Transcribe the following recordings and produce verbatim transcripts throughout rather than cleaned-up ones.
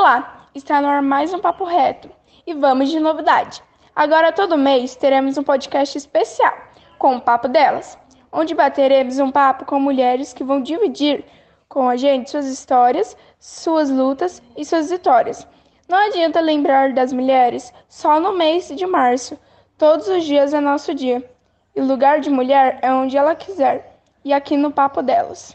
Olá, está no ar mais um Papo Reto e vamos de novidade. Agora todo mês teremos um podcast especial com o Papo Delas, onde bateremos um papo com mulheres que vão dividir com a gente suas histórias, suas lutas e suas vitórias. Não adianta lembrar das mulheres só no mês de março, todos os dias é nosso dia. E o lugar de mulher é onde ela quiser, e aqui no Papo Delas.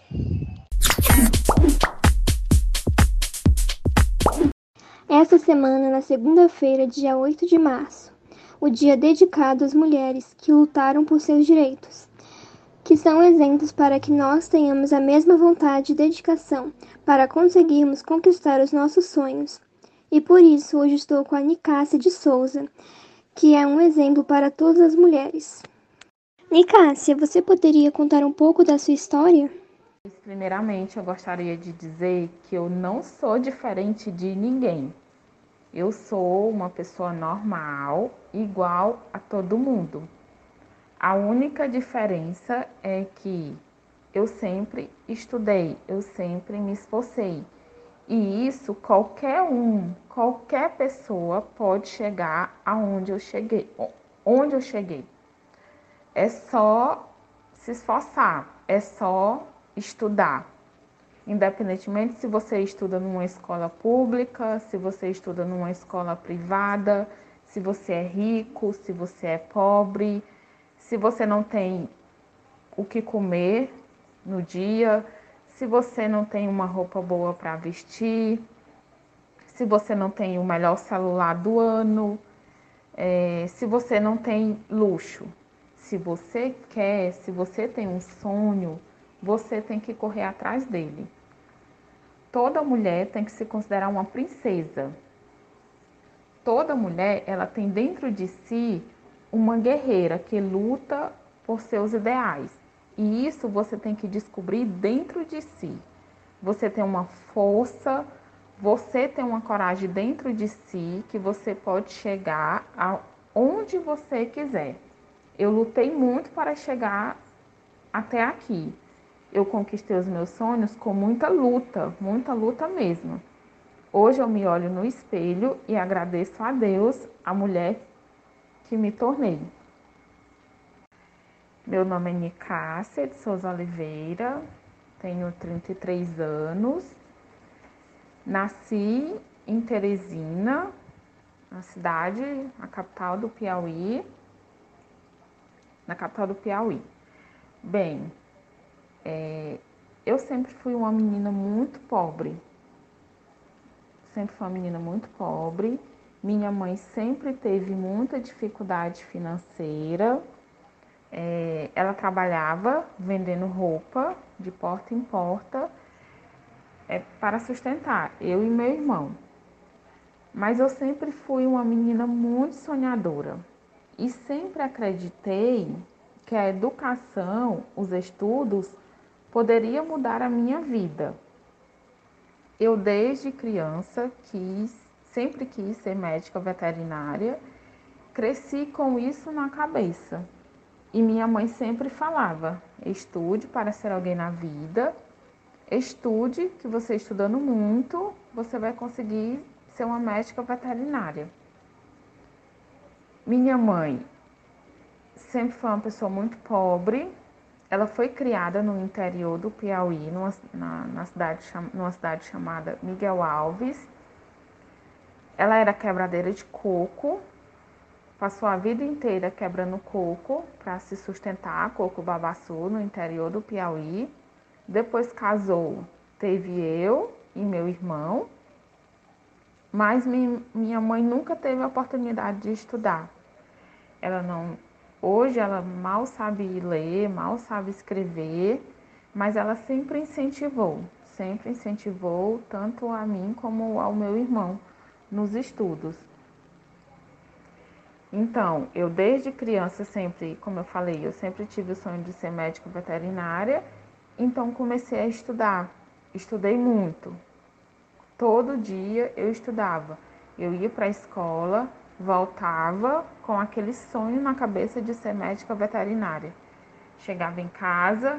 Essa semana, na segunda-feira, dia oito de março, o dia dedicado às mulheres que lutaram por seus direitos, que são exemplos para que nós tenhamos a mesma vontade e dedicação para conseguirmos conquistar os nossos sonhos. E por isso, hoje estou com a Nicássia de Souza, que é um exemplo para todas as mulheres. Nicássia, você poderia contar um pouco da sua história? Primeiramente, eu gostaria de dizer que eu não sou diferente de ninguém. Eu sou uma pessoa normal, igual a todo mundo. A única diferença é que eu sempre estudei, eu sempre me esforcei. E isso qualquer um, qualquer pessoa pode chegar aonde eu cheguei, onde eu cheguei. É só se esforçar, é só estudar. Independentemente se você estuda numa escola pública, se você estuda numa escola privada, se você é rico, se você é pobre, se você não tem o que comer no dia, se você não tem uma roupa boa para vestir, se você não tem o melhor celular do ano, é, se você não tem luxo. Se você quer, se você tem um sonho, você tem que correr atrás dele. Toda mulher tem que se considerar uma princesa. Toda mulher, ela tem dentro de si uma guerreira que luta por seus ideais. E isso você tem que descobrir dentro de si. Você tem uma força, você tem uma coragem dentro de si que você pode chegar aonde você quiser. Eu lutei muito para chegar até aqui. Eu conquistei os meus sonhos com muita luta, muita luta mesmo. Hoje eu me olho no espelho e agradeço a Deus, a mulher que me tornei. Meu nome é Nicássia de Souza Oliveira, tenho trinta e três anos, nasci em Teresina, na cidade, na capital do Piauí, na capital do Piauí. Bem, é, eu sempre fui uma menina muito pobre, sempre fui uma menina muito pobre, minha mãe sempre teve muita dificuldade financeira, é, ela trabalhava vendendo roupa de porta em porta é, para sustentar eu e meu irmão. Mas eu sempre fui uma menina muito sonhadora e sempre acreditei que a educação, os estudos, poderia mudar a minha vida. Eu desde criança quis, sempre quis ser médica veterinária, cresci com isso na cabeça. E minha mãe sempre falava: estude para ser alguém na vida, estude, que você estudando muito, você vai conseguir ser uma médica veterinária. Minha mãe sempre foi uma pessoa muito pobre. Ela foi criada no interior do Piauí, numa, na, na cidade, numa cidade chamada Miguel Alves. Ela era quebradeira de coco, passou a vida inteira quebrando coco para se sustentar, coco babaçu, no interior do Piauí. Depois casou, teve eu e meu irmão, mas minha mãe nunca teve a oportunidade de estudar. Ela não... Hoje ela mal sabe ler, mal sabe escrever, mas ela sempre incentivou, sempre incentivou tanto a mim como ao meu irmão nos estudos. Então, eu desde criança sempre, como eu falei, eu sempre tive o sonho de ser médica veterinária, então comecei a estudar, estudei muito. Todo dia eu estudava, eu ia para a escola, voltava com aquele sonho na cabeça de ser médica veterinária. Chegava em casa,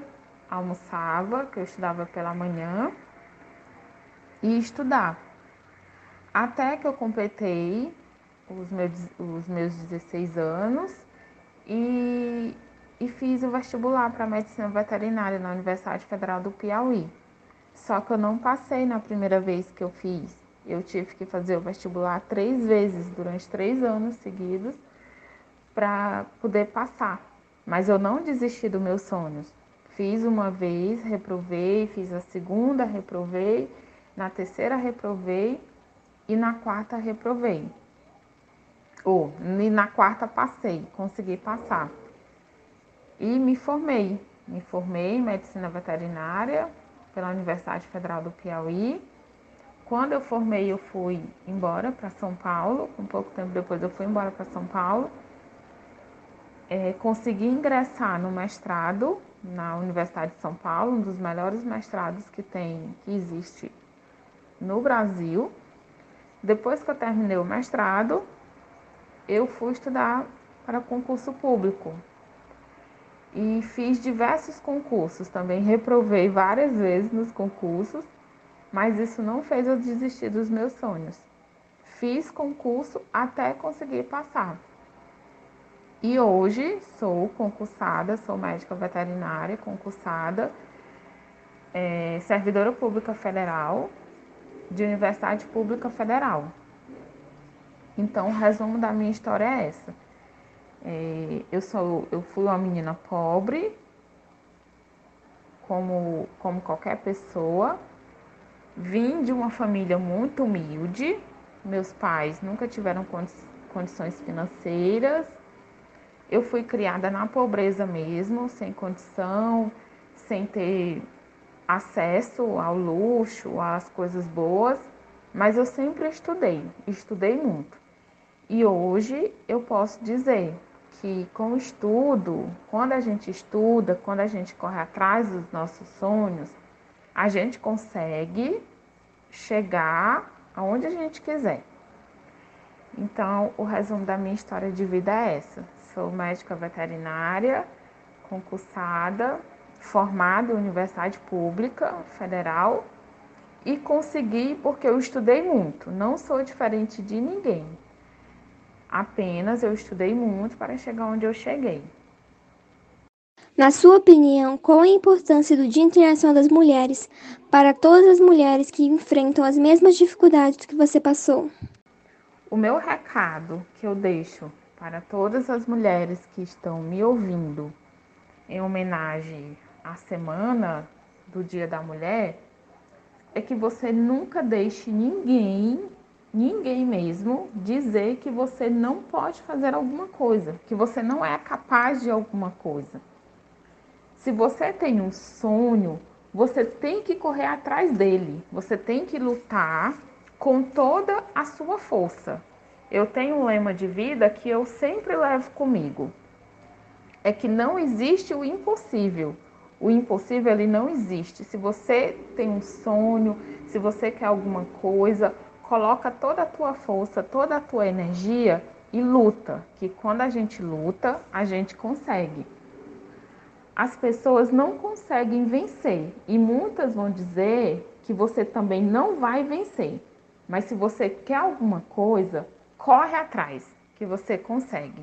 almoçava, que eu estudava pela manhã, e ia estudar. até que eu completei os meus, os meus dezesseis anos e, e fiz o vestibular para medicina veterinária na Universidade Federal do Piauí. Só que eu não passei na primeira vez que eu fiz. Eu tive que fazer o vestibular três vezes, durante três anos seguidos, para poder passar. Mas eu não desisti dos meus sonhos. Fiz uma vez, reprovei, fiz a segunda, reprovei, na terceira reprovei e na quarta reprovei. Ou, e na quarta passei, consegui passar. E me formei. Me formei em medicina veterinária pela Universidade Federal do Piauí. Quando eu formei, eu fui embora para São Paulo. Um pouco tempo depois eu fui embora para São Paulo. É, consegui ingressar no mestrado na Universidade de São Paulo, um dos melhores mestrados que tem, que existe no Brasil. Depois que eu terminei o mestrado, eu fui estudar para concurso público. E fiz diversos concursos, também reprovei várias vezes nos concursos, mas isso não fez eu desistir dos meus sonhos. Fiz concurso até conseguir passar. E hoje sou concursada, sou médica veterinária, concursada, é, servidora pública federal, de Universidade Pública Federal. Então, o resumo da minha história é essa. É, eu, sou, eu fui uma menina pobre, como, como qualquer pessoa. Vim de uma família muito humilde. Meus pais nunca tiveram condições financeiras. Eu fui criada na pobreza mesmo, sem condição, sem ter acesso ao luxo, às coisas boas, mas eu sempre estudei, estudei muito. E hoje eu posso dizer que com o estudo, quando a gente estuda, quando a gente corre atrás dos nossos sonhos, a gente consegue chegar aonde a gente quiser. Então, o resumo da minha história de vida é essa. Sou médica veterinária, concursada, formada em Universidade Pública Federal e consegui porque eu estudei muito. Não sou diferente de ninguém. Apenas eu estudei muito para chegar onde eu cheguei. Na sua opinião, qual a importância do Dia Internacional das Mulheres para todas as mulheres que enfrentam as mesmas dificuldades que você passou? O meu recado que eu deixo para todas as mulheres que estão me ouvindo em homenagem à semana do Dia da Mulher é que você nunca deixe ninguém, ninguém mesmo, dizer que você não pode fazer alguma coisa, que você não é capaz de alguma coisa. Se você tem um sonho, você tem que correr atrás dele, você tem que lutar com toda a sua força. Eu tenho um lema de vida que eu sempre levo comigo. É que não existe o impossível. O impossível, ele não existe. Se você tem um sonho, se você quer alguma coisa, coloca toda a tua força, toda a tua energia e luta. Que quando a gente luta, a gente consegue. As pessoas não conseguem vencer. E muitas vão dizer que você também não vai vencer. Mas se você quer alguma coisa, corre atrás, que você consegue.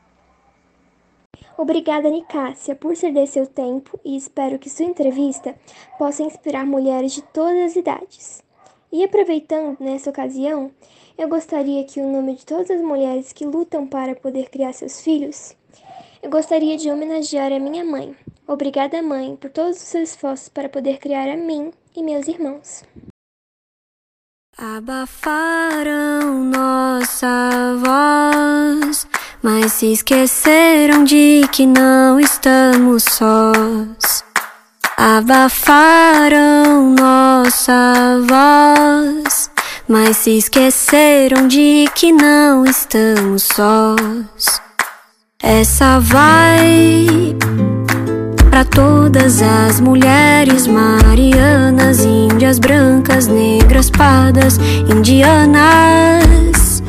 Obrigada, Nicássia, por ceder seu tempo e espero que sua entrevista possa inspirar mulheres de todas as idades. E aproveitando nessa ocasião, eu gostaria que, em nome de todas as mulheres que lutam para poder criar seus filhos, eu gostaria de homenagear a minha mãe. Obrigada, mãe, por todos os seus esforços para poder criar a mim e meus irmãos. Abafaram nossa voz, mas se esqueceram de que não estamos sós. Abafaram nossa voz, mas se esqueceram de que não estamos sós. Essa vai para todas as mulheres marianas, índias, brancas, negras, pardas, indianas.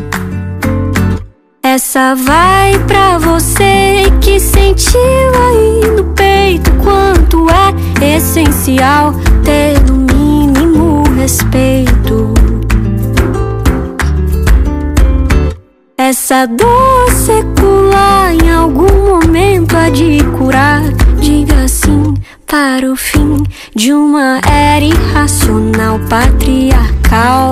Essa vai pra você que sentiu aí no peito quanto é essencial ter no mínimo respeito. essa dor secular em algum momento há de curar. Diga sim para o fim de uma era irracional patriarcal.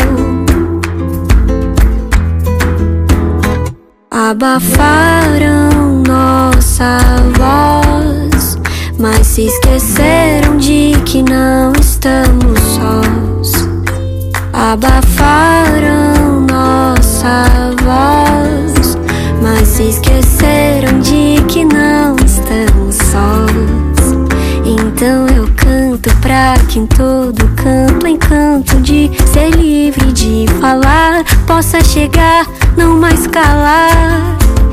Abafaram nossa voz, mas se esqueceram de que não estamos sós. Abafaram nossa voz, mas se esqueceram de que não estamos sós. Então eu canto pra que em todo canto o encanto de ser livre, de falar, possa chegar, não mais calar.